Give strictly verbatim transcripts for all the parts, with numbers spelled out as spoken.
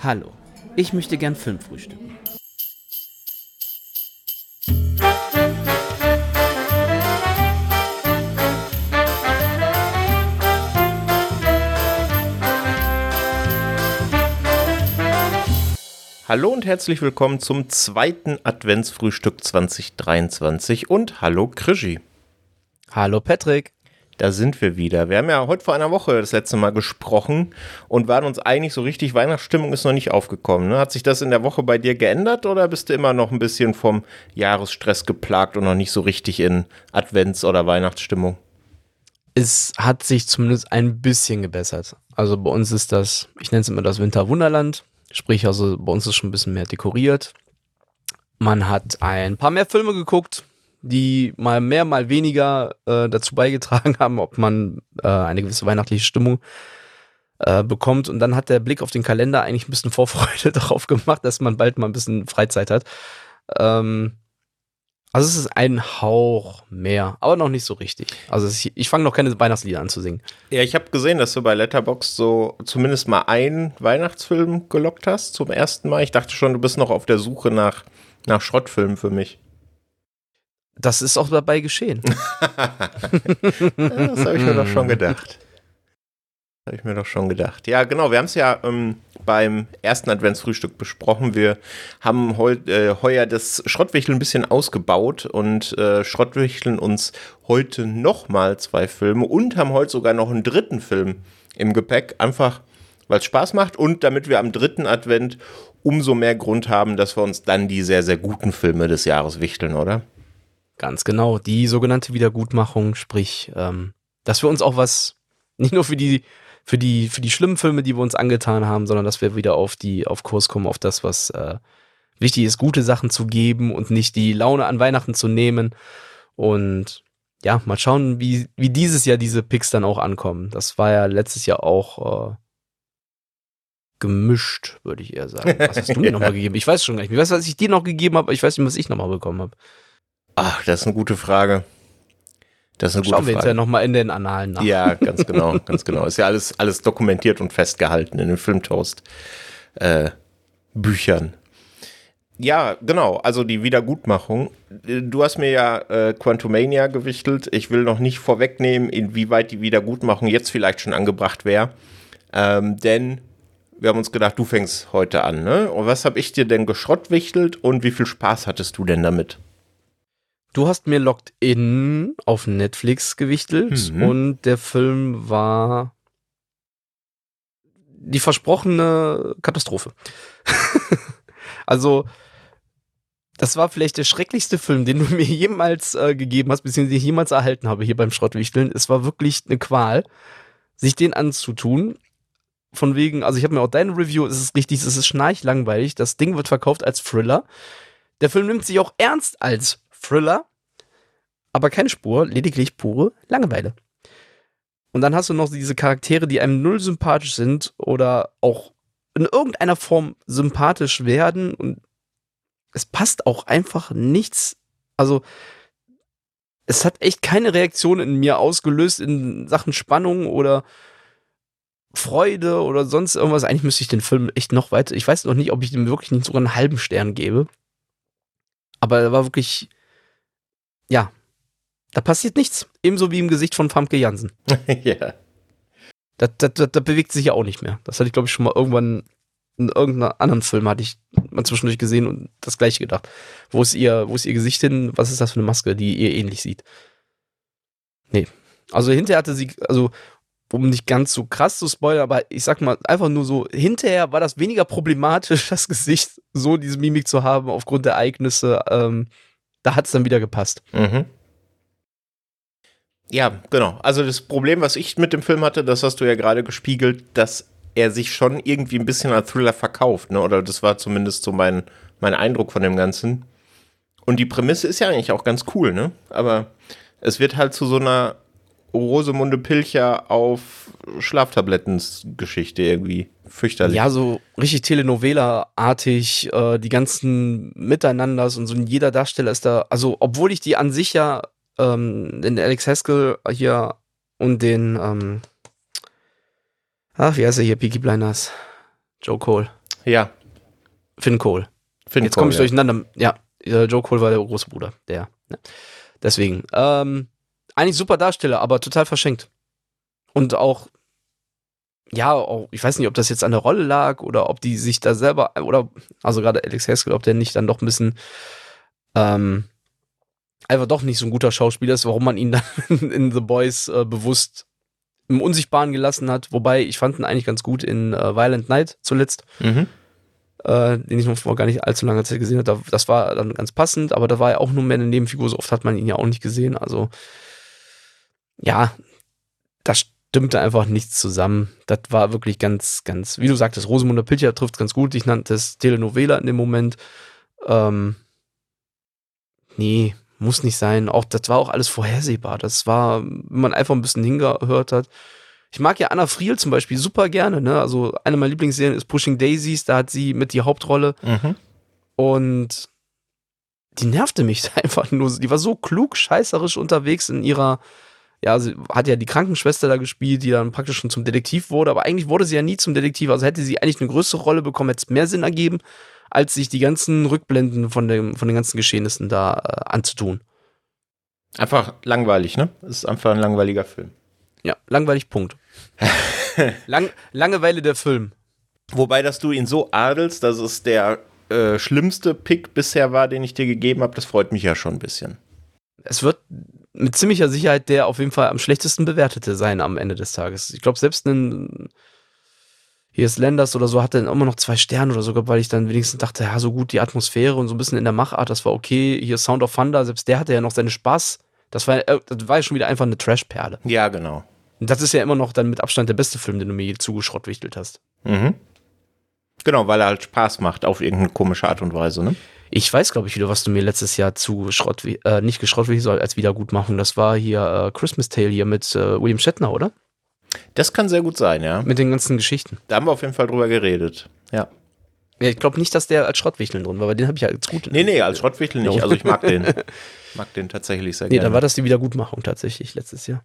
Hallo, ich möchte gern Film frühstücken. Hallo und herzlich willkommen zum zweiten Adventsfrühstück zwanzig dreiundzwanzig und hallo Krischi. Hallo Patrick. Da sind wir wieder. Wir haben ja heute vor einer Woche das letzte Mal gesprochen und waren uns einig, so richtig Weihnachtsstimmung ist noch nicht aufgekommen. Ne? Hat sich das in der Woche bei dir geändert oder bist du immer noch ein bisschen vom Jahresstress geplagt und noch nicht so richtig in Advents- oder Weihnachtsstimmung? Es hat sich zumindest ein bisschen gebessert. Also bei uns ist das, ich nenne es immer das Winterwunderland. Sprich, also bei uns ist schon ein bisschen mehr dekoriert. Man hat ein paar mehr Filme geguckt, die mal mehr, mal weniger äh, dazu beigetragen haben, ob man äh, eine gewisse weihnachtliche Stimmung äh, bekommt. Und dann hat der Blick auf den Kalender eigentlich ein bisschen Vorfreude darauf gemacht, dass man bald mal ein bisschen Freizeit hat. Ähm, also es ist ein Hauch mehr, aber noch nicht so richtig. Also ich, ich fange noch keine Weihnachtslieder an zu singen. Ja, ich habe gesehen, dass du bei Letterboxd so zumindest mal einen Weihnachtsfilm gelockt hast zum ersten Mal. Ich dachte schon, du bist noch auf der Suche nach, nach Schrottfilmen für mich. Das ist auch dabei geschehen. Das habe ich mir doch schon gedacht. Habe ich mir doch schon gedacht. Ja, genau, wir haben es ja ähm, beim ersten Adventsfrühstück besprochen. Wir haben heu, äh, heuer das Schrottwichteln ein bisschen ausgebaut und äh, schrottwichteln uns heute nochmal zwei Filme und haben heute sogar noch einen dritten Film im Gepäck. Einfach, weil es Spaß macht und damit wir am dritten Advent umso mehr Grund haben, dass wir uns dann die sehr, sehr guten Filme des Jahres wichteln, oder? Ganz genau, die sogenannte Wiedergutmachung, sprich, ähm, dass wir uns auch was, nicht nur für die, für die, für die schlimmen Filme, die wir uns angetan haben, sondern dass wir wieder auf die, auf Kurs kommen, auf das, was äh, wichtig ist, gute Sachen zu geben und nicht die Laune an Weihnachten zu nehmen. Und ja, mal schauen, wie, wie dieses Jahr diese Picks dann auch ankommen. Das war ja letztes Jahr auch äh, gemischt, würde ich eher sagen. Was hast du mir Ja. nochmal gegeben? Ich weiß schon gar nicht. Ich weiß, was ich dir noch gegeben habe, aber ich weiß nicht, was ich nochmal bekommen habe. Ach, das ist eine gute Frage. Das ist eine Schauen gute wir Frage. hinterher nochmal in den Annalen nach. Ja, ganz genau, ganz genau. Ist ja alles, alles dokumentiert und festgehalten in den Filmtoast äh, Büchern. Ja, genau, also die Wiedergutmachung. Du hast mir ja äh, Quantumania gewichtelt. Ich will noch nicht vorwegnehmen, inwieweit die Wiedergutmachung jetzt vielleicht schon angebracht wäre. Ähm, denn wir haben uns gedacht, du fängst heute an, ne? Und was habe ich dir denn geschrottwichtelt und wie viel Spaß hattest du denn damit? Du hast mir Locked In auf Netflix gewichtelt Mhm. und der Film war die versprochene Katastrophe. Also, das war vielleicht der schrecklichste Film, den du mir jemals äh, gegeben hast, beziehungsweise jemals erhalten habe hier beim Schrottwichteln. Es war wirklich eine Qual, sich den anzutun. Von wegen, also ich habe mir auch deine Review, es ist richtig, es ist schnarchlangweilig. Das Ding wird verkauft als Thriller. Der Film nimmt sich auch ernst als Thriller, aber keine Spur, lediglich pure Langeweile. Und dann hast du noch diese Charaktere, die einem null sympathisch sind oder auch in irgendeiner Form sympathisch werden und es passt auch einfach nichts. Also es hat echt keine Reaktion in mir ausgelöst in Sachen Spannung oder Freude oder sonst irgendwas. Eigentlich müsste ich den Film echt noch weiter, ich weiß noch nicht, ob ich dem wirklich nicht sogar einen halben Stern gebe. Aber er war wirklich, ja, da passiert nichts. Ebenso wie im Gesicht von Famke Jansen. Ja. Da, da, da, da bewegt sich ja auch nicht mehr. Das hatte ich, glaube ich, schon mal irgendwann in irgendeinem anderen Film hatte ich mal zwischendurch gesehen und das Gleiche gedacht. Wo ist ihr, wo ist ihr Gesicht hin? Was ist das für eine Maske, die ihr ähnlich sieht? Nee. Also hinterher hatte sie, also um nicht ganz so krass zu spoilern, aber ich sag mal einfach nur so, hinterher war das weniger problematisch, das Gesicht, so diese Mimik zu haben aufgrund der Ereignisse. Ähm, da hat es dann wieder gepasst. Mhm. Ja, genau. Also das Problem, was ich mit dem Film hatte, das hast du ja gerade gespiegelt, dass er sich schon irgendwie ein bisschen als Thriller verkauft, ne? Oder das war zumindest so mein, mein Eindruck von dem Ganzen. Und die Prämisse ist ja eigentlich auch ganz cool, ne? Aber es wird halt zu so einer Rosemunde Pilcher auf Schlaftabletten-Geschichte irgendwie fürchterlich. Ja, so richtig Telenovela-artig, äh, die ganzen Miteinanders und so jeder Darsteller ist da, also obwohl ich die an sich ja ähm, den Alex Haskell hier und den, ähm, ach, wie heißt er hier, Peaky Blinders, Joe Cole. Ja. Finn Cole. Finn Jetzt komme ich Cole, durcheinander. Ja, äh, Joe Cole war der große Bruder. Der. Ne? Deswegen. Ähm, eigentlich super Darsteller, aber total verschenkt. Und auch, ja, auch, ich weiß nicht, ob das jetzt an der Rolle lag oder ob die sich da selber, oder, also gerade Alex Haskell, ob der nicht dann doch ein bisschen, ähm, einfach doch nicht so ein guter Schauspieler ist, warum man ihn dann in The Boys äh, bewusst im Unsichtbaren gelassen hat. Wobei, ich fand ihn eigentlich ganz gut in äh, Violent Night zuletzt. Mhm. Äh, den ich noch vor gar nicht allzu langer Zeit gesehen habe. Das war dann ganz passend, aber da war ja auch nur mehr eine Nebenfigur, so oft hat man ihn ja auch nicht gesehen. Also, ja, da stimmte einfach nichts zusammen. Das war wirklich ganz, ganz, wie du sagtest, Rosamunde Pilcher trifft ganz gut. Ich nannte es Telenovela in dem Moment. Ähm, nee, muss nicht sein. Auch, das war auch alles vorhersehbar. Das war, wenn man einfach ein bisschen hingehört hat. Ich mag ja Anna Friel zum Beispiel super gerne, ne? Also eine meiner Lieblingsserien ist Pushing Daisies, da hat sie mit die Hauptrolle. Mhm. Und die nervte mich einfach nur. Die war so klug, scheißerisch unterwegs in ihrer, ja, sie hat ja die Krankenschwester da gespielt, die dann praktisch schon zum Detektiv wurde, aber eigentlich wurde sie ja nie zum Detektiv. Also hätte sie eigentlich eine größere Rolle bekommen, hätte es mehr Sinn ergeben, als sich die ganzen Rückblenden von, dem, von den ganzen Geschehnissen da äh, anzutun. Einfach langweilig, ne? Es ist einfach ein langweiliger Film. Ja, langweilig, Punkt. Lang, Langeweile der Film. Wobei, dass du ihn so adelst, dass es der äh, schlimmste Pick bisher war, den ich dir gegeben habe, das freut mich ja schon ein bisschen. Es wird mit ziemlicher Sicherheit der auf jeden Fall am schlechtesten bewertete sein am Ende des Tages. Ich glaube, selbst ein hier ist Landers oder so, hatte dann immer noch zwei Sterne oder sogar, weil ich dann wenigstens dachte, ja, so gut die Atmosphäre und so ein bisschen in der Machart, das war okay. Hier Sound of Thunder, selbst der hatte ja noch seine Spaß. Das war, äh, das war ja schon wieder einfach eine Trash-Perle. Ja, genau. Und das ist ja immer noch dann mit Abstand der beste Film, den du mir je zugeschrottwichtelt hast. Mhm. Genau, weil er halt Spaß macht auf irgendeine komische Art und Weise, ne? Ich weiß, glaube ich, wieder, was du mir letztes Jahr zu Schrott, äh, nicht geschrottwichtelt, sondern als Wiedergutmachung. Das war hier äh, Christmas Tale hier mit äh, William Shatner, oder? Das kann sehr gut sein, ja. Mit den ganzen Geschichten. Da haben wir auf jeden Fall drüber geredet, ja. Ja, ich glaube nicht, dass der als Schrottwichteln drin war, weil den habe ich ja als gut. Nee, nee, als Schrottwichtel nicht. Also ich mag den. Mag den tatsächlich sehr nee, gerne. dann war das die Wiedergutmachung tatsächlich letztes Jahr.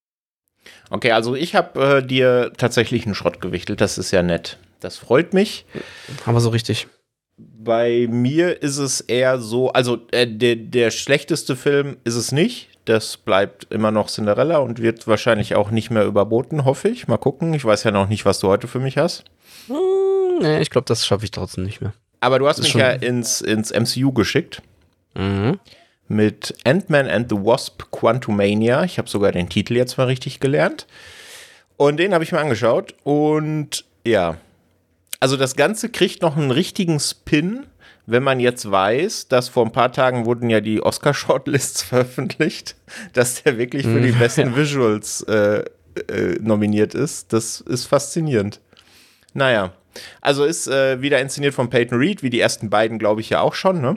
Okay, also ich habe äh, dir tatsächlich einen Schrott gewichtelt. Das ist ja nett. Das freut mich. Aber so richtig. Bei mir ist es eher so, also äh, der, der schlechteste Film ist es nicht. Das bleibt immer noch Cinderella und wird wahrscheinlich auch nicht mehr überboten, hoffe ich. Mal gucken. Ich weiß ja noch nicht, was du heute für mich hast. Hm, nee, ich glaube, das schaffe ich trotzdem nicht mehr. Aber du hast Das mich ist ja schon- ins, ins M C U geschickt. Mhm. Mit Ant-Man and the Wasp Quantumania. Ich habe sogar den Titel jetzt mal richtig gelernt. Und den habe ich mir angeschaut. Und ja, also das Ganze kriegt noch einen richtigen Spin, wenn man jetzt weiß, dass vor ein paar Tagen wurden ja die Oscar-Shortlists veröffentlicht, dass der wirklich für die Mhm, besten ja. Visuals äh, äh, nominiert ist. Das ist faszinierend. Naja, also ist äh, wieder inszeniert von Peyton Reed, wie die ersten beiden, glaube ich, ja auch schon, ne?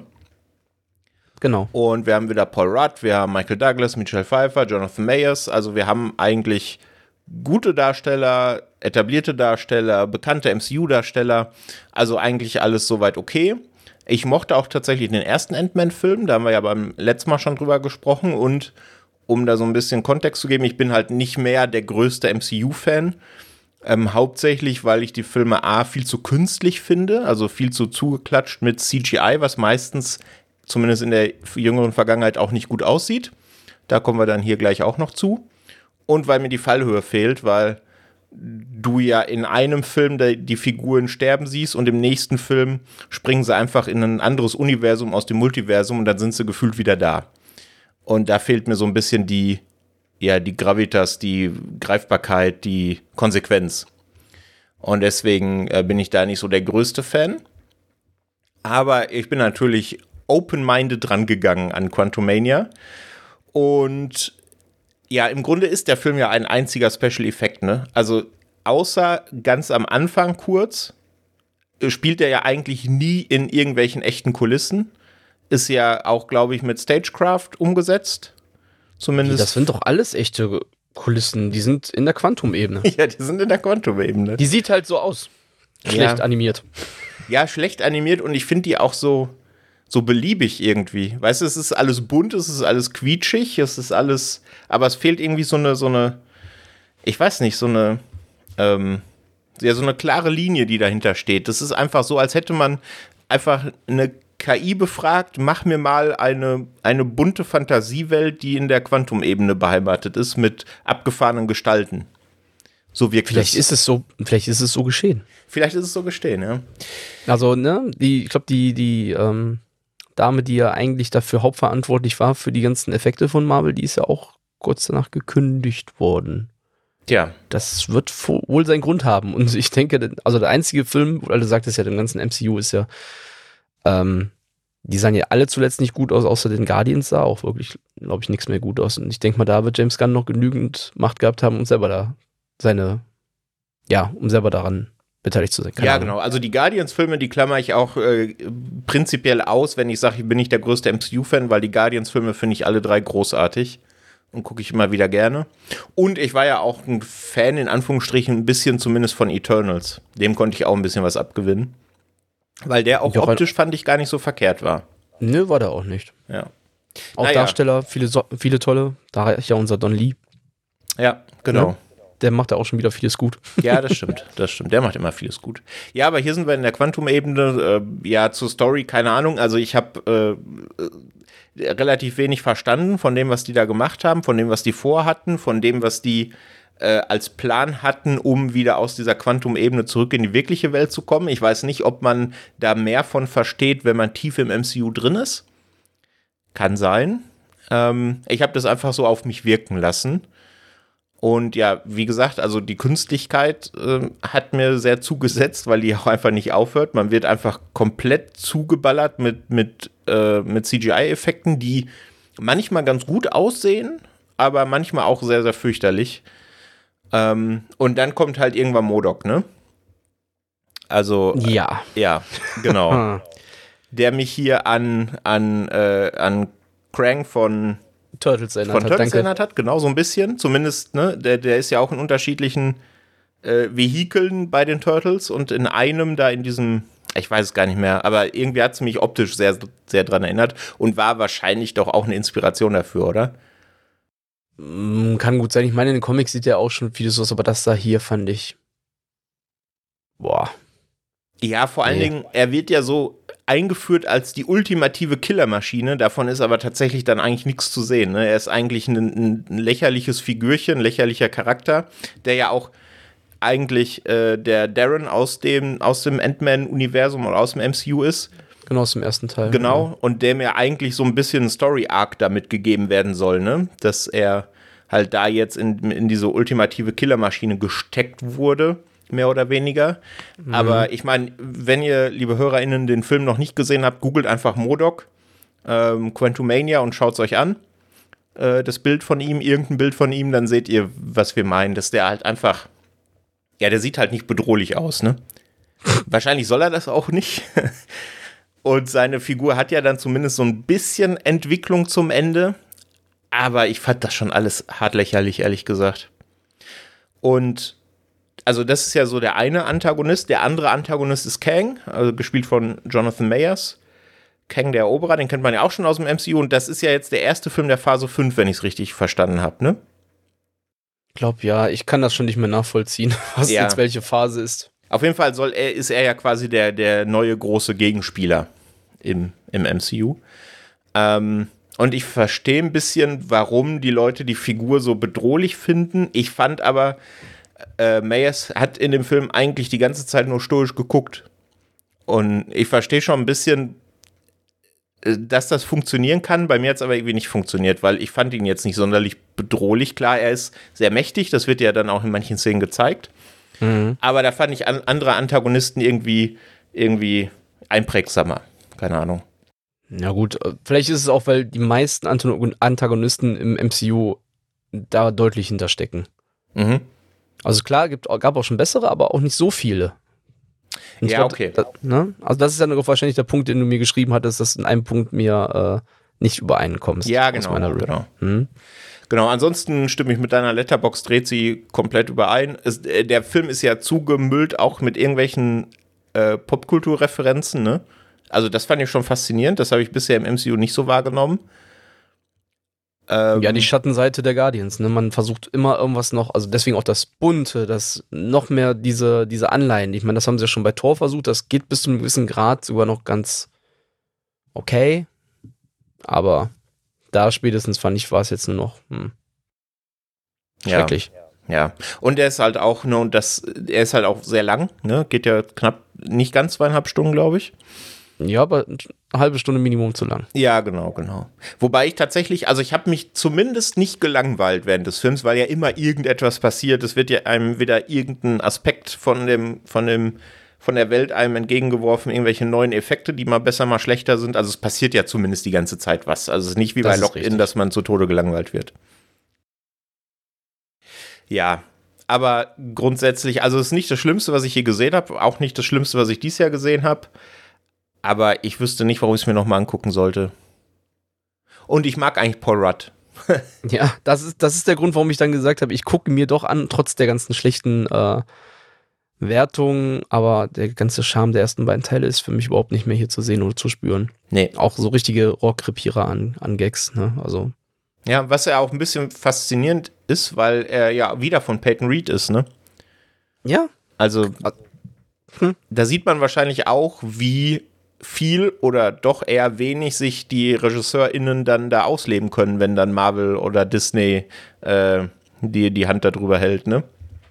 Genau. Und wir haben wieder Paul Rudd, wir haben Michael Douglas, Michelle Pfeiffer, Jonathan Mayers. Also wir haben eigentlich gute Darsteller, etablierte Darsteller, bekannte M C U-Darsteller. Also eigentlich alles soweit okay. Ich mochte auch tatsächlich den ersten Ant-Man-Film, da haben wir ja beim letzten Mal schon drüber gesprochen. Und um da so ein bisschen Kontext zu geben, ich bin halt nicht mehr der größte M C U-Fan. Ähm, hauptsächlich, weil ich die Filme A viel zu künstlich finde, also viel zu zugeklatscht mit C G I, was meistens zumindest in der jüngeren Vergangenheit auch nicht gut aussieht. Da kommen wir dann hier gleich auch noch zu. Und weil mir die Fallhöhe fehlt, weil du ja in einem Film die Figuren sterben siehst und im nächsten Film springen sie einfach in ein anderes Universum aus dem Multiversum und dann sind sie gefühlt wieder da. Und da fehlt mir so ein bisschen die, ja, die Gravitas, die Greifbarkeit, die Konsequenz. Und deswegen äh, bin ich da nicht so der größte Fan. Aber ich bin natürlich open-minded dran gegangen an Quantumania. Und ja, im Grunde ist der Film ja ein einziger Special Effekt, ne? Also außer ganz am Anfang kurz spielt er ja eigentlich nie in irgendwelchen echten Kulissen. Ist ja auch, glaube ich, mit Stagecraft umgesetzt. Zumindest. Das sind doch alles echte Kulissen. Die sind in der Quantum-Ebene. Ja, die sind in der Quantum-Ebene. Die sieht halt so aus. Schlecht Ja. animiert. Ja, schlecht animiert und ich finde die auch so, so beliebig irgendwie. Weißt du, es ist alles bunt, es ist alles quietschig, es ist alles, aber es fehlt irgendwie so eine, so eine, ich weiß nicht, so eine, ähm, Ja, so eine klare Linie, die dahinter steht. Das ist einfach so, als hätte man einfach eine K I befragt, mach mir mal eine, eine bunte Fantasiewelt, die in der Quantumebene beheimatet ist, mit abgefahrenen Gestalten. So wirklich. Vielleicht ist es so, vielleicht ist es so geschehen. Vielleicht ist es so geschehen, ja. Also, ne, die, ich glaube, die, die ähm, Dame, die ja eigentlich dafür hauptverantwortlich war für die ganzen Effekte von Marvel, die ist ja auch kurz danach gekündigt worden. Tja. Das wird wohl seinen Grund haben. Und ich denke, also der einzige Film, weil du sagtest ja, dem ganzen M C U ist ja, ähm, die sahen ja alle zuletzt nicht gut aus, außer den Guardians sah auch wirklich, glaube ich, nichts mehr gut aus. Und ich denke mal, da wird James Gunn noch genügend Macht gehabt haben, um selber da seine, ja, um selber daran beteiligt zu sein. Keine ja, Ahnung. genau. Also die Guardians-Filme, die klammer ich auch äh, prinzipiell aus, wenn ich sage, ich bin nicht der größte M C U-Fan, weil die Guardians-Filme finde ich alle drei großartig und gucke ich immer wieder gerne. Und ich war ja auch ein Fan, in Anführungsstrichen, ein bisschen zumindest von Eternals. Dem konnte ich auch ein bisschen was abgewinnen. Weil der auch Ja, optisch, fand ich, gar nicht so verkehrt war. Nö, war der auch nicht. Ja. Auch Naja. Darsteller, viele, so viele tolle. Da ist ja unser Don Lee. Ja, genau. Ja. Der macht ja auch schon wieder vieles gut. Ja, das stimmt, das stimmt. Der macht immer vieles gut. Ja, aber hier sind wir in der Quantum-Ebene. Äh, ja, zur Story, keine Ahnung. Also ich habe äh, relativ wenig verstanden von dem, was die da gemacht haben, von dem, was die vorhatten, von dem, was die äh, als Plan hatten, um wieder aus dieser Quantum-Ebene zurück in die wirkliche Welt zu kommen. Ich weiß nicht, ob man da mehr von versteht, wenn man tief im M C U drin ist. Kann sein. Ähm, ich habe das einfach so auf mich wirken lassen. Und ja, wie gesagt, also die Künstlichkeit äh, hat mir sehr zugesetzt, weil die auch einfach nicht aufhört. Man wird einfach komplett zugeballert mit, mit, äh, mit C G I-Effekten, die manchmal ganz gut aussehen, aber manchmal auch sehr, sehr fürchterlich. Ähm, und dann kommt halt irgendwann MODOK, ne? Also, Ja. Äh, ja, genau. Der mich hier an, an, äh, an Krang von Turtles erinnert von hat, Turtles danke. erinnert hat, genau, so ein bisschen. Zumindest, ne, der, der ist ja auch in unterschiedlichen äh, Vehikeln bei den Turtles und in einem da in diesem, ich weiß es gar nicht mehr, aber irgendwie hat es mich optisch sehr, sehr dran erinnert und war wahrscheinlich doch auch eine Inspiration dafür, oder? Mm, Kann gut sein. Ich meine, in den Comics sieht er auch schon vieles aus, aber das da hier fand ich. Boah. Ja, vor allen Nee. Dingen, er wird ja so eingeführt als die ultimative Killermaschine, davon ist aber tatsächlich dann eigentlich nichts zu sehen. Ne? Er ist eigentlich ein, ein lächerliches Figürchen, ein lächerlicher Charakter, der ja auch eigentlich äh, der Darren aus dem, aus dem Ant-Man-Universum oder aus dem M C U ist. Genau, aus dem ersten Teil. Genau, und dem ja eigentlich so ein bisschen ein Story-Arc damit gegeben werden soll, ne? Dass er halt da jetzt in, in diese ultimative Killermaschine gesteckt wurde, mehr oder weniger. Mhm. Aber ich meine, wenn ihr, liebe HörerInnen, den Film noch nicht gesehen habt, googelt einfach MODOK, ähm, Quantumania und schaut es euch an. Äh, das Bild von ihm, irgendein Bild von ihm, dann seht ihr, was wir meinen. Dass der halt einfach, ja, der sieht halt nicht bedrohlich aus, ne? Wahrscheinlich soll er das auch nicht. Und seine Figur hat ja dann zumindest so ein bisschen Entwicklung zum Ende. Aber ich fand das schon alles hart lächerlich, ehrlich gesagt. Und also das ist ja so der eine Antagonist. Der andere Antagonist ist Kang, also gespielt von Jonathan Mayers. Kang der Eroberer, den kennt man ja auch schon aus dem M C U. Und das ist ja jetzt der erste Film der Phase fünf, wenn ich es richtig verstanden habe, ne? Ich glaube, ja, ich kann das schon nicht mehr nachvollziehen, was Ja. jetzt welche Phase ist. Auf jeden Fall soll er, ist er ja quasi der, der neue große Gegenspieler im, im M C U. Ähm, und ich verstehe ein bisschen, warum die Leute die Figur so bedrohlich finden. Ich fand aber, äh, Mayers hat in dem Film eigentlich die ganze Zeit nur stoisch geguckt. Und ich verstehe schon ein bisschen, äh, dass das funktionieren kann. Bei mir hat es aber irgendwie nicht funktioniert, weil ich fand ihn jetzt nicht sonderlich bedrohlich. Klar, er ist sehr mächtig, das wird ja dann auch in manchen Szenen gezeigt. Mhm. Aber da fand ich an, andere Antagonisten irgendwie, irgendwie einprägsamer. Keine Ahnung. Ja gut, äh, vielleicht ist es auch, weil die meisten Anto- Antagonisten im M C U da deutlich hinterstecken. Mhm. Also klar, gibt, gab auch schon bessere, aber auch nicht so viele. Und Ja, ich glaub, okay. Da, ne? Also das ist dann auch wahrscheinlich der Punkt, den du mir geschrieben hattest, dass in einem Punkt mir äh, nicht übereinkommst. Ja, aus genau. meiner Re- genau. Hm? Genau, ansonsten stimme ich mit deiner Letterboxd, dreht sie komplett überein. Es, äh, der Film ist ja zugemüllt, auch mit irgendwelchen äh, Popkulturreferenzen, ne? Also das fand ich schon faszinierend, das habe ich bisher im M C U nicht so wahrgenommen. Ähm, ja, die Schattenseite der Guardians, ne? Man versucht immer irgendwas noch, also deswegen auch das Bunte, das noch mehr diese, diese Anleihen. Ich meine, das haben sie ja schon bei Thor versucht, das geht bis zu einem gewissen Grad sogar noch ganz okay. Aber da spätestens fand ich, war es jetzt nur noch hm, schrecklich. Ja, ja. Und er ist halt auch, ne, und das, er ist halt auch sehr lang, ne? Geht ja knapp, nicht ganz zweieinhalb Stunden, glaube ich. Ja, aber eine halbe Stunde Minimum zu lang. Ja, genau, genau. Wobei ich tatsächlich, also ich habe mich zumindest nicht gelangweilt während des Films, weil ja immer irgendetwas passiert. Es wird ja einem wieder irgendein Aspekt von dem, von dem, von der Welt einem entgegengeworfen, irgendwelche neuen Effekte, die mal besser, mal schlechter sind. Also es passiert ja zumindest die ganze Zeit was. Also es ist nicht wie Das bei ist Locked-In, richtig. dass man zu Tode gelangweilt wird. Ja, aber grundsätzlich, also es ist nicht das Schlimmste, was ich je gesehen habe, auch nicht das Schlimmste, was ich dieses Jahr gesehen habe. Aber ich wüsste nicht, warum ich es mir nochmal angucken sollte. Und ich mag eigentlich Paul Rudd. Ja, das ist, das ist der Grund, warum ich dann gesagt habe, ich gucke mir doch an, trotz der ganzen schlechten äh, Wertungen, aber der ganze Charme der ersten beiden Teile ist für mich überhaupt nicht mehr hier zu sehen oder zu spüren. Nee. Auch so richtige Rohrkrepierer an, an Gags, ne? Also. Ja, was ja auch ein bisschen faszinierend ist, weil er ja wieder von Peyton Reed ist, ne? Ja. Also, Hm. da sieht man wahrscheinlich auch, wie viel oder doch eher wenig sich die RegisseurInnen dann da ausleben können, wenn dann Marvel oder Disney äh, die, die Hand darüber hält, ne?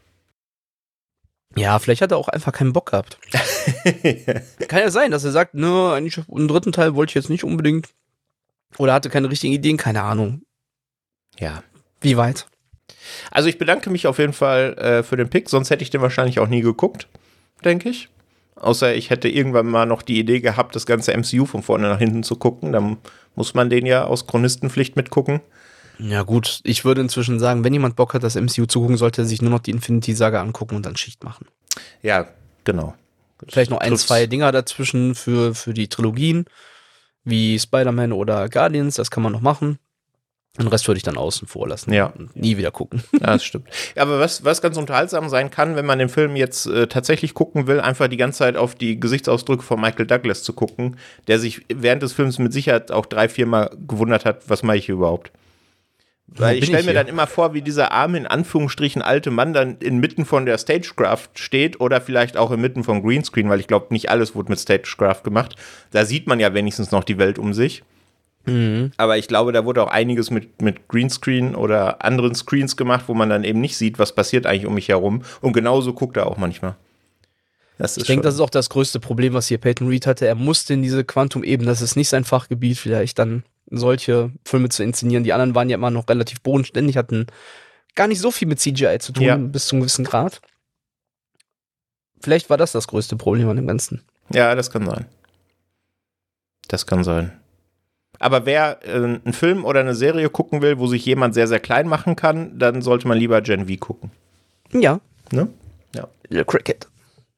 Ja, vielleicht hat er auch einfach keinen Bock gehabt. Kann ja sein, dass er sagt, ne, eigentlich einen dritten Teil wollte ich jetzt nicht unbedingt. Oder hatte keine richtigen Ideen, keine Ahnung. Ja. Wie weit? Also ich bedanke mich auf jeden Fall äh, für den Pick, sonst hätte ich den wahrscheinlich auch nie geguckt, denke ich. Außer ich hätte irgendwann mal noch die Idee gehabt, das ganze M C U von vorne nach hinten zu gucken. Dann muss man den ja aus Chronistenpflicht mitgucken. Ja gut, ich würde inzwischen sagen, wenn jemand Bock hat, das M C U zu gucken, sollte er sich nur noch die Infinity-Saga angucken und dann Schicht machen. Ja, genau. Vielleicht noch ein, Trifft's. zwei Dinger dazwischen für, für die Trilogien, wie Spider-Man oder Guardians, das kann man noch machen. Den Rest würde ich dann außen vor lassen Ja. und nie wieder gucken. Ja, das stimmt. Ja, aber was, was ganz unterhaltsam sein kann, wenn man den Film jetzt äh, tatsächlich gucken will, einfach die ganze Zeit auf die Gesichtsausdrücke von Michael Douglas zu gucken, der sich während des Films mit Sicherheit auch drei, viermal gewundert hat, was mache ich hier überhaupt? Weil Wo ich bin stelle ich mir hier? dann immer vor, wie dieser arme, in Anführungsstrichen, alte Mann dann inmitten von der Stagecraft steht oder vielleicht auch inmitten vom Greenscreen, weil ich glaube, nicht alles wurde mit Stagecraft gemacht. Da sieht man ja wenigstens noch die Welt um sich. Mhm. Aber ich glaube, da wurde auch einiges mit, mit Greenscreen oder anderen Screens gemacht, wo man dann eben nicht sieht, was passiert eigentlich um mich herum. Und genauso guckt er auch manchmal. Das ist Ich denke, schon- das ist auch das größte Problem, was hier Peyton Reed hatte. Er musste in diese Quantum-Ebene, das ist nicht sein Fachgebiet, vielleicht dann solche Filme zu inszenieren. Die anderen waren ja immer noch relativ bodenständig, hatten gar nicht so viel mit C G I zu tun, Ja. bis zu einem gewissen Grad. Vielleicht war das das größte Problem an dem Ganzen. Ja, das kann sein. Das kann sein. Aber wer äh, einen Film oder eine Serie gucken will, wo sich jemand sehr, sehr klein machen kann, dann sollte man lieber Gen V gucken. Ja. Ne? Ja. Little Cricket.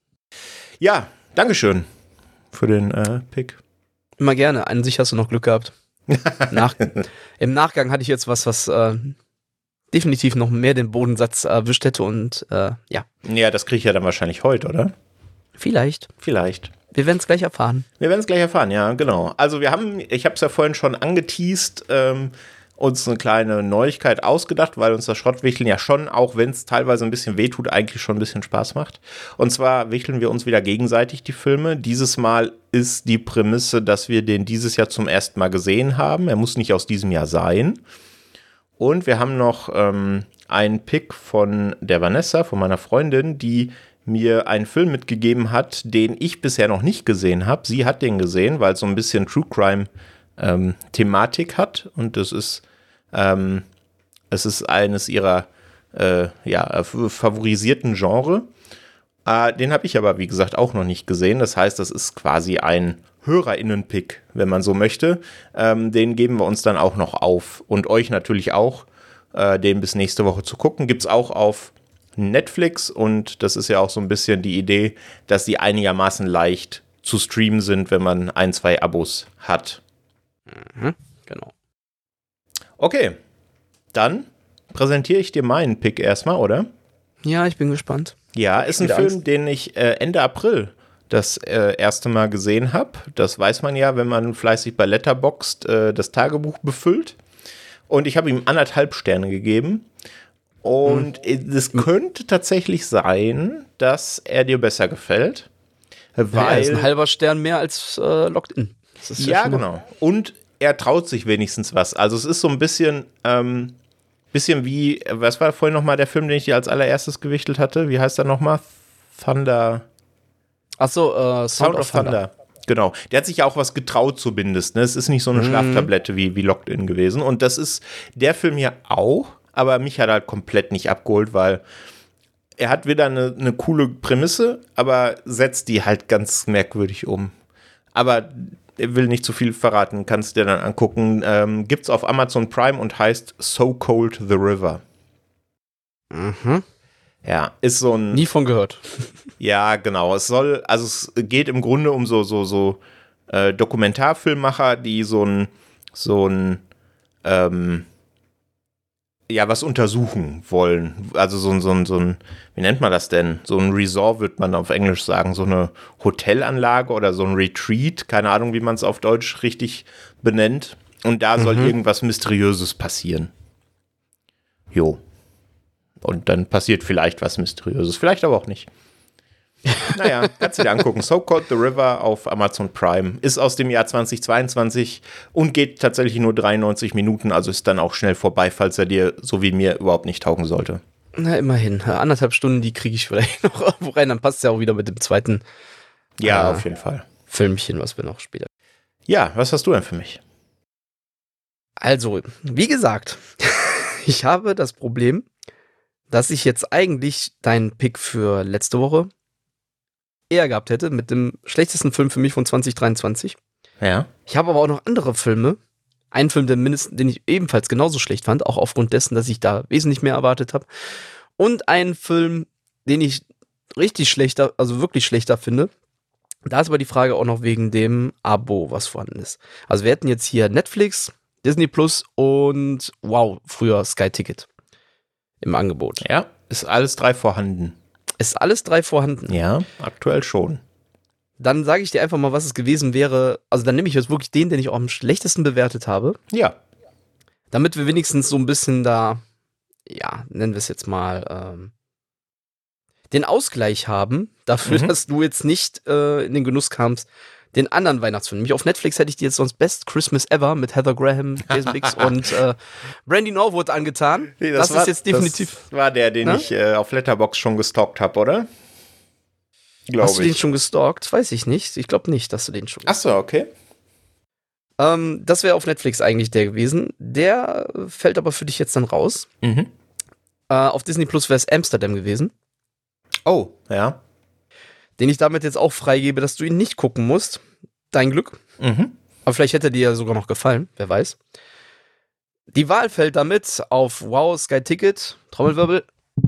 Ja, Dankeschön für den äh, Pick. Immer gerne. An sich hast du noch Glück gehabt. Nach, Im Nachgang hatte ich jetzt was, was äh, definitiv noch mehr den Bodensatz erwischt hätte und äh, ja, Ja, das kriege ich ja dann wahrscheinlich heute, oder? vielleicht. Vielleicht. Wir werden es gleich erfahren. Wir werden es gleich erfahren, ja, genau. Also wir haben, ich habe es ja vorhin schon angeteast, ähm, uns eine kleine Neuigkeit ausgedacht, weil uns das Schrottwichteln ja schon, auch wenn es teilweise ein bisschen wehtut, eigentlich schon ein bisschen Spaß macht. Und zwar wichteln wir uns wieder gegenseitig die Filme. Dieses Mal ist die Prämisse, dass wir den dieses Jahr zum ersten Mal gesehen haben. Er muss nicht aus diesem Jahr sein. Und wir haben noch ähm, einen Pick von der Vanessa, von meiner Freundin, die mir einen Film mitgegeben hat, den ich bisher noch nicht gesehen habe. Sie hat den gesehen, weil es so ein bisschen True Crime ähm, Thematik hat. Und das ist, ähm, es ist eines ihrer äh, ja, favorisierten Genre. Äh, den habe ich aber, wie gesagt, auch noch nicht gesehen. Das heißt, das ist quasi ein HörerInnen-Pick, wenn man so möchte. Ähm, den geben wir uns dann auch noch auf. Und euch natürlich auch, äh, den bis nächste Woche zu gucken. Gibt es auch auf Netflix, und das ist ja auch so ein bisschen die Idee, dass die einigermaßen leicht zu streamen sind, wenn man ein, zwei Abos hat. Mhm, genau. Okay, dann präsentiere ich dir meinen Pick erstmal, oder? Ja, ich bin gespannt. Ja, ist ein Wieder Film, Angst. den ich äh, Ende April das äh, erste Mal gesehen habe. Das weiß man ja, wenn man fleißig bei Letterboxd äh, das Tagebuch befüllt. Und ich habe ihm anderthalb Sterne gegeben. Und hm. es könnte tatsächlich sein, dass er dir besser gefällt. Weil ja, ist ein halber Stern mehr als äh, Locked In. Das ist ja, ja genau. Und er traut sich wenigstens was. Also es ist so ein bisschen, ähm, bisschen wie, was war vorhin nochmal der Film, den ich dir als allererstes gewichtelt hatte? Wie heißt der nochmal? Thunder. Achso, äh, Sound, Sound of Thunder. Thunder. Genau. Der hat sich ja auch was getraut zumindest. Ne? Es ist nicht so eine mm. Schlaftablette wie, wie Locked In gewesen. Und das ist der Film hier auch, aber mich hat er halt komplett nicht abgeholt, weil er hat wieder eine, eine coole Prämisse, aber setzt die halt ganz merkwürdig um. Aber er will nicht zu viel verraten, kannst du dir dann angucken. Ähm, gibt's auf Amazon Prime und heißt So Cold the River. Mhm. Ja, ist so ein... Nie von gehört. Ja, genau. Es soll, also es geht im Grunde um so, so, so äh, Dokumentarfilmmacher, die so ein, so ein, ähm, ja, was untersuchen wollen. Also so ein, so ein, so ein, wie nennt man das denn? So ein Resort wird man auf Englisch sagen, so eine Hotelanlage oder so ein Retreat, keine Ahnung, wie man es auf Deutsch richtig benennt. Und da mhm. soll irgendwas Mysteriöses passieren. Jo. Und dann passiert vielleicht was Mysteriöses, vielleicht aber auch nicht. Naja, kannst du dir angucken. So Cold the River auf Amazon Prime. Ist aus dem Jahr zweitausendzweiundzwanzig und geht tatsächlich nur dreiundneunzig Minuten, also ist dann auch schnell vorbei, falls er dir, so wie mir, überhaupt nicht taugen sollte. Na, immerhin. Anderthalb Stunden, die kriege ich vielleicht noch irgendwo rein, dann passt es ja auch wieder mit dem zweiten Ja, äh, auf jeden Fall. Filmchen, was wir noch später. Ja, was hast du denn für mich? Also, wie gesagt, ich habe das Problem, dass ich jetzt eigentlich deinen Pick für letzte Woche eher gehabt hätte, mit dem schlechtesten Film für mich von zwanzig dreiundzwanzig. Ja. Ich habe aber auch noch andere Filme. Einen Film, der mindestens, den ich ebenfalls genauso schlecht fand, auch aufgrund dessen, dass ich da wesentlich mehr erwartet habe. Und einen Film, den ich richtig schlechter, also wirklich schlechter finde. Da ist aber die Frage auch noch wegen dem Abo, was vorhanden ist. Also wir hätten jetzt hier Netflix, Disney Plus und wow, früher Sky Ticket im Angebot. Ja, ist alles drei vorhanden. Ist alles drei vorhanden? Ja, aktuell schon. Dann sage ich dir einfach mal, was es gewesen wäre. Also dann nehme ich jetzt wirklich den, den ich auch am schlechtesten bewertet habe. Ja. Damit wir wenigstens so ein bisschen da, ja, nennen wir es jetzt mal, ähm, den Ausgleich haben dafür, mhm. dass du jetzt nicht äh, in den Genuss kamst, den anderen Weihnachtsfilm. Nämlich auf Netflix hätte ich dir jetzt sonst Best Christmas Ever mit Heather Graham, Jason Biggs und äh, Brandy Norwood angetan. Nee, das das war, ist jetzt definitiv. Das war der, den Na? ich äh, auf Letterboxd schon gestalkt habe, oder? Glaub Hast du ich. den schon gestalkt? Weiß ich nicht. Ich glaube nicht, dass du den schon. Ach so, okay. Ähm, das wäre auf Netflix eigentlich der gewesen. Der fällt aber für dich jetzt dann raus. Mhm. Äh, auf Disney Plus wäre es Amsterdam gewesen. Oh, ja. Den ich damit jetzt auch freigebe, dass du ihn nicht gucken musst. Dein Glück. Mhm. Aber vielleicht hätte dir ja sogar noch gefallen, wer weiß. Die Wahl fällt damit auf Wow, Sky Ticket, Trommelwirbel.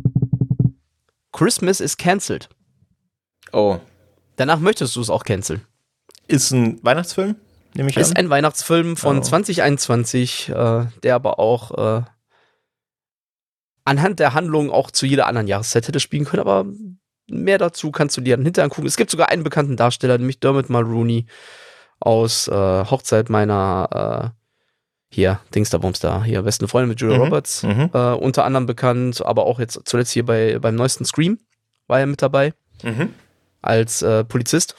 Christmas is cancelled. Oh. Danach möchtest du es auch canceln. Ist ein Weihnachtsfilm, nehme ich an? Ist ein Weihnachtsfilm von oh. zwanzig einundzwanzig, äh, der aber auch äh, anhand der Handlung auch zu jeder anderen Jahreszeit hätte spielen können, aber mehr dazu kannst du dir dann hinterher angucken. Es gibt sogar einen bekannten Darsteller, nämlich Dermot Mulroney aus äh, Hochzeit meiner äh, hier, Dingsterbums da, hier, besten Freundin mit Julia mhm. Roberts, mhm. Äh, unter anderem bekannt, aber auch jetzt zuletzt hier bei beim neuesten Scream war er mit dabei, mhm. als äh, Polizist.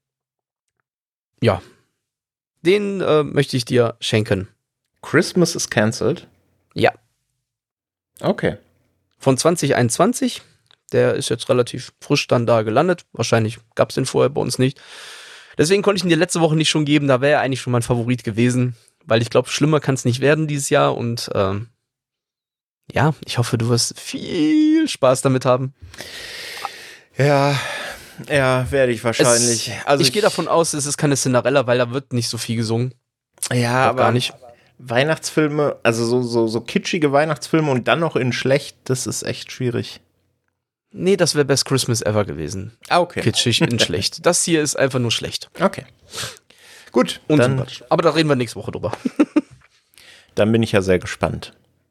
Ja, den äh, möchte ich dir schenken. Christmas is cancelled? Ja. Okay. Von zwanzig einundzwanzig. Der ist jetzt relativ frisch dann da gelandet. Wahrscheinlich gab es den vorher bei uns nicht. Deswegen konnte ich ihn dir letzte Woche nicht schon geben. Da wäre er eigentlich schon mein Favorit gewesen. Weil ich glaube, schlimmer kann es nicht werden dieses Jahr. Und ähm, ja, ich hoffe, du wirst viel Spaß damit haben. Ja, ja, werde ich wahrscheinlich. Es, also ich, ich gehe davon aus, es ist keine Cinderella, weil da wird nicht so viel gesungen. Ja, aber gar nicht. Weihnachtsfilme, also so, so, so kitschige Weihnachtsfilme und dann noch in schlecht, das ist echt schwierig. Nee, das wäre Best Christmas Ever gewesen. Ah, okay. Kitschig in schlecht. Das hier ist einfach nur schlecht. Okay. Gut. Und dann, aber da reden wir nächste Woche drüber. Dann bin ich ja sehr gespannt.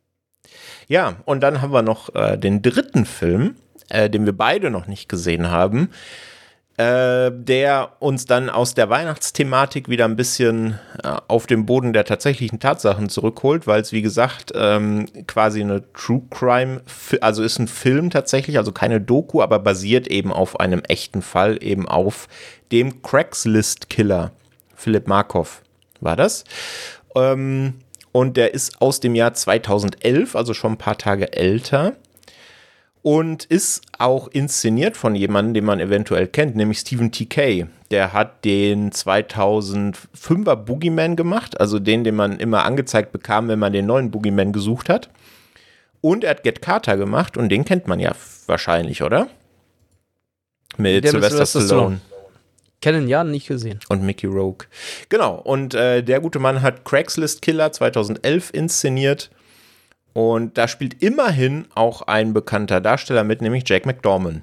Ja, und dann haben wir noch äh, den dritten Film, äh, den wir beide noch nicht gesehen haben. äh, der uns dann aus der Weihnachtsthematik wieder ein bisschen äh, auf den Boden der tatsächlichen Tatsachen zurückholt, weil es, wie gesagt, ähm, quasi eine True Crime, also ist ein Film tatsächlich, also keine Doku, aber basiert eben auf einem echten Fall, eben auf dem Craigslist-Killer. Philipp Markow war das. Ähm, und der ist aus dem Jahr zweitausendelf, also schon ein paar Tage älter. Und ist auch inszeniert von jemandem, den man eventuell kennt, nämlich Stephen T K. Der hat den zweitausendfünfer Boogeyman gemacht, also den, den man immer angezeigt bekam, wenn man den neuen Boogeyman gesucht hat. Und er hat Get Carter gemacht und den kennt man ja wahrscheinlich, oder? Mit Sylvester Stallone. Kennen ja, nicht gesehen. Und Mickey Rourke. Genau, und äh, der gute Mann hat Craigslist Killer zweitausendelf inszeniert. Und da spielt immerhin auch ein bekannter Darsteller mit, nämlich Jake McDorman.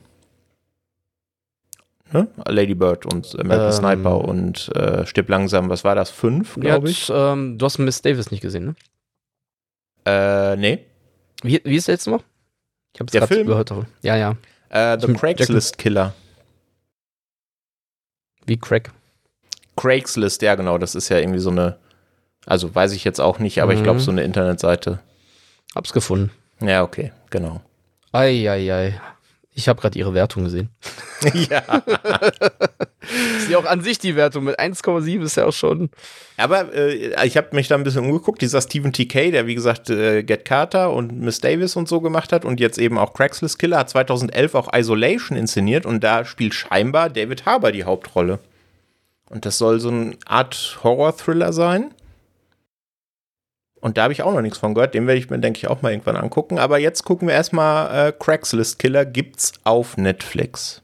Ne? Lady Bird und American ähm, Sniper und äh, Stirb langsam, was war das? Fünf, glaube ich. Ähm, du hast Miss Davis nicht gesehen, ne? Äh, nee. Wie, wie ist der jetzt noch? Ich hab's der Film? Gehört. Ja, ja. Äh, The Craigslist Killer. Wie Craig? Craigslist, ja genau, das ist ja irgendwie so eine, also weiß ich jetzt auch nicht, aber mhm. ich glaube so eine Internetseite. Hab's gefunden. Ja, okay, genau. Eieiei. Ich habe gerade ihre Wertung gesehen. Ja. Ist ja auch an sich die Wertung mit eins Komma sieben ist ja auch schon. Aber äh, ich habe mich da ein bisschen umgeguckt. Dieser Stephen T K, der wie gesagt äh, Get Carter und Miss Davis und so gemacht hat und jetzt eben auch Craigslist Killer, hat zweitausendelf auch Isolation inszeniert und da spielt scheinbar David Harbour die Hauptrolle. Und das soll so eine Art Horror-Thriller sein. Und da habe ich auch noch nichts von gehört. Den werde ich mir, denke ich, auch mal irgendwann angucken. Aber jetzt gucken wir erstmal äh, Craigslist Killer. Gibt's auf Netflix.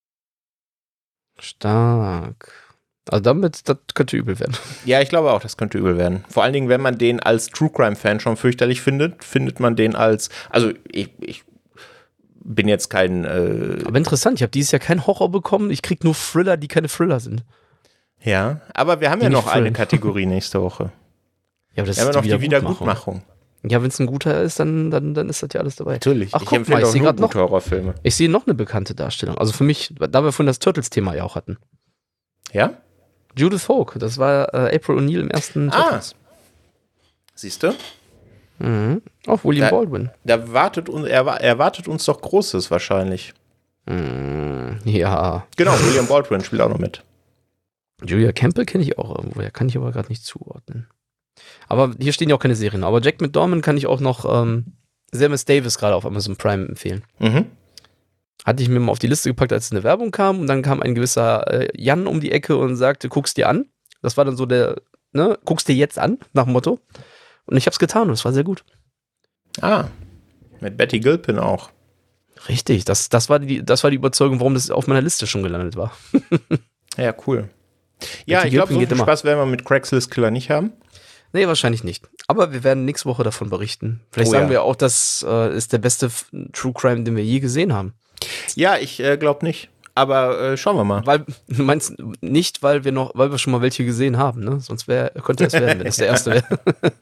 Stark. Also damit, das könnte übel werden. Ja, ich glaube auch, das könnte übel werden. Vor allen Dingen, wenn man den als True Crime-Fan schon fürchterlich findet, findet man den als, also ich, ich bin jetzt kein äh Aber interessant, ich habe dieses Jahr keinen Horror bekommen. Ich krieg nur Thriller, die keine Thriller sind. Ja, aber wir haben die ja noch eine thrillen. Kategorie nächste Woche. Ja, aber das ja, ist noch die die Wiedergutmachung. Ja, wenn es ein guter ist, dann, dann, dann ist das ja alles dabei. Natürlich, Ach, ich guck empfehle mal, auch ich nur gute noch, Horrorfilme. Ich sehe noch eine bekannte Darstellung. Also für mich, da wir vorhin das Turtles-Thema ja auch hatten. Ja? Judith Hogue, das war äh, April O'Neil im ersten ah. Turtles. Siehst du? Mhm. Auch William da, Baldwin. Da wartet, er erwartet uns doch Großes wahrscheinlich. Mhm. Ja. Genau, William Baldwin spielt auch noch mit. Julia Campbell kenne ich auch irgendwo, kann ich aber gerade nicht zuordnen. Aber hier stehen ja auch keine Serien. Aber Jack McDorman kann ich auch noch ähm, Miss Davis gerade auf Amazon Prime empfehlen. Mhm. Hatte ich mir mal auf die Liste gepackt, als eine Werbung kam. Und dann kam ein gewisser äh, Jan um die Ecke und sagte, guck's dir an. Das war dann so der, ne, guck's dir jetzt an, nach dem Motto. Und ich hab's getan und es war sehr gut. Ah, mit Betty Gilpin auch. Richtig, das, das, war die, das war die Überzeugung, warum das auf meiner Liste schon gelandet war. Ja, cool. Ja, Betty ich glaube, so viel Spaß werden wir mit Craigslist Killer nicht haben. Nee, wahrscheinlich nicht. Aber wir werden nächste Woche davon berichten. Vielleicht oh, sagen ja. wir auch, das äh, ist der beste F- True Crime, den wir je gesehen haben. Ja, ich äh, glaube nicht. Aber äh, schauen wir mal. Weil, du meinst nicht, weil wir noch, weil wir schon mal welche gesehen haben, ne? Sonst wär, könnte es werden, wenn das der erste wäre.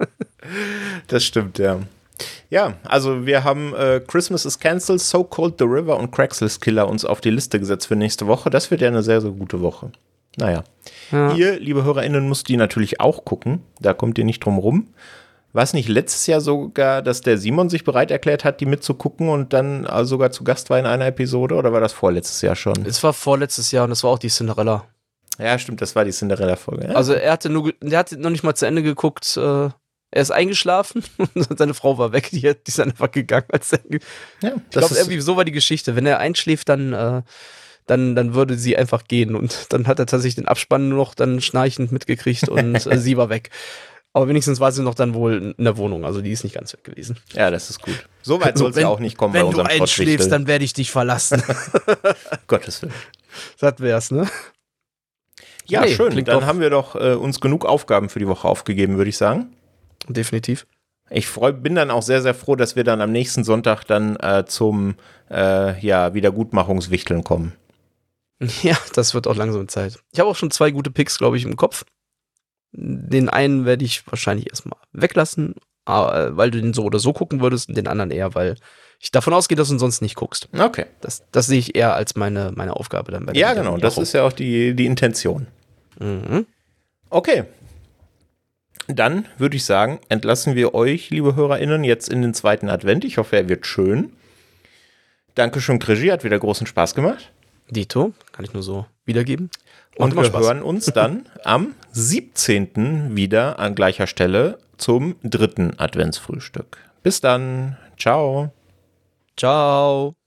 Das stimmt, ja. Ja, also wir haben äh, Christmas is Cancelled, So Cold the River und Craigslist Killer uns auf die Liste gesetzt für nächste Woche. Das wird ja eine sehr, sehr gute Woche. Naja. Ja. Ihr, liebe HörerInnen, müsst die natürlich auch gucken. Da kommt ihr nicht drum rum. War es nicht letztes Jahr sogar, dass der Simon sich bereit erklärt hat, die mitzugucken und dann also sogar zu Gast war in einer Episode? Oder war das vorletztes Jahr schon? Es war vorletztes Jahr und es war auch die Cinderella. Ja, stimmt, das war die Cinderella-Folge. Ja. Also er hatte nur, der hatte noch nicht mal zu Ende geguckt. Äh, er ist eingeschlafen und seine Frau war weg. Die, die ist einfach gegangen. Als er, ja, ich glaube, irgendwie so war die Geschichte. Wenn er einschläft, dann... Äh, Dann, dann würde sie einfach gehen und dann hat er tatsächlich den Abspann nur noch dann schnarchend mitgekriegt und äh, sie war weg. Aber wenigstens war sie noch dann wohl in der Wohnung, also die ist nicht ganz weg gewesen. Ja, das ist gut. So weit soll es ja auch nicht kommen bei unserem Wenn du einschläfst, dann werde ich dich verlassen. Gottes Willen. Das wär's, ne? Ja, hey, schön. Dann haben wir doch äh, uns genug Aufgaben für die Woche aufgegeben, würde ich sagen. Definitiv. Ich freu, bin dann auch sehr, sehr froh, dass wir dann am nächsten Sonntag dann äh, zum äh, ja, Wiedergutmachungswichteln kommen. Ja, das wird auch langsam Zeit. Ich habe auch schon zwei gute Picks, glaube ich, im Kopf. Den einen werde ich wahrscheinlich erstmal weglassen, weil du den so oder so gucken würdest, und den anderen eher, weil ich davon ausgehe, dass du sonst nicht guckst. Okay. Das, das sehe ich eher als meine, meine Aufgabe dann bei der Ja, genau. Das ist ja auch die, die Intention. Mhm. Okay. Dann würde ich sagen, entlassen wir euch, liebe HörerInnen, jetzt in den zweiten Advent. Ich hoffe, er wird schön. Dankeschön, Krigi, hat wieder großen Spaß gemacht. Dito, kann ich nur so wiedergeben. Und wir hören uns dann am siebzehnten wieder an gleicher Stelle zum dritten Adventsfrühstück. Bis dann. Ciao. Ciao.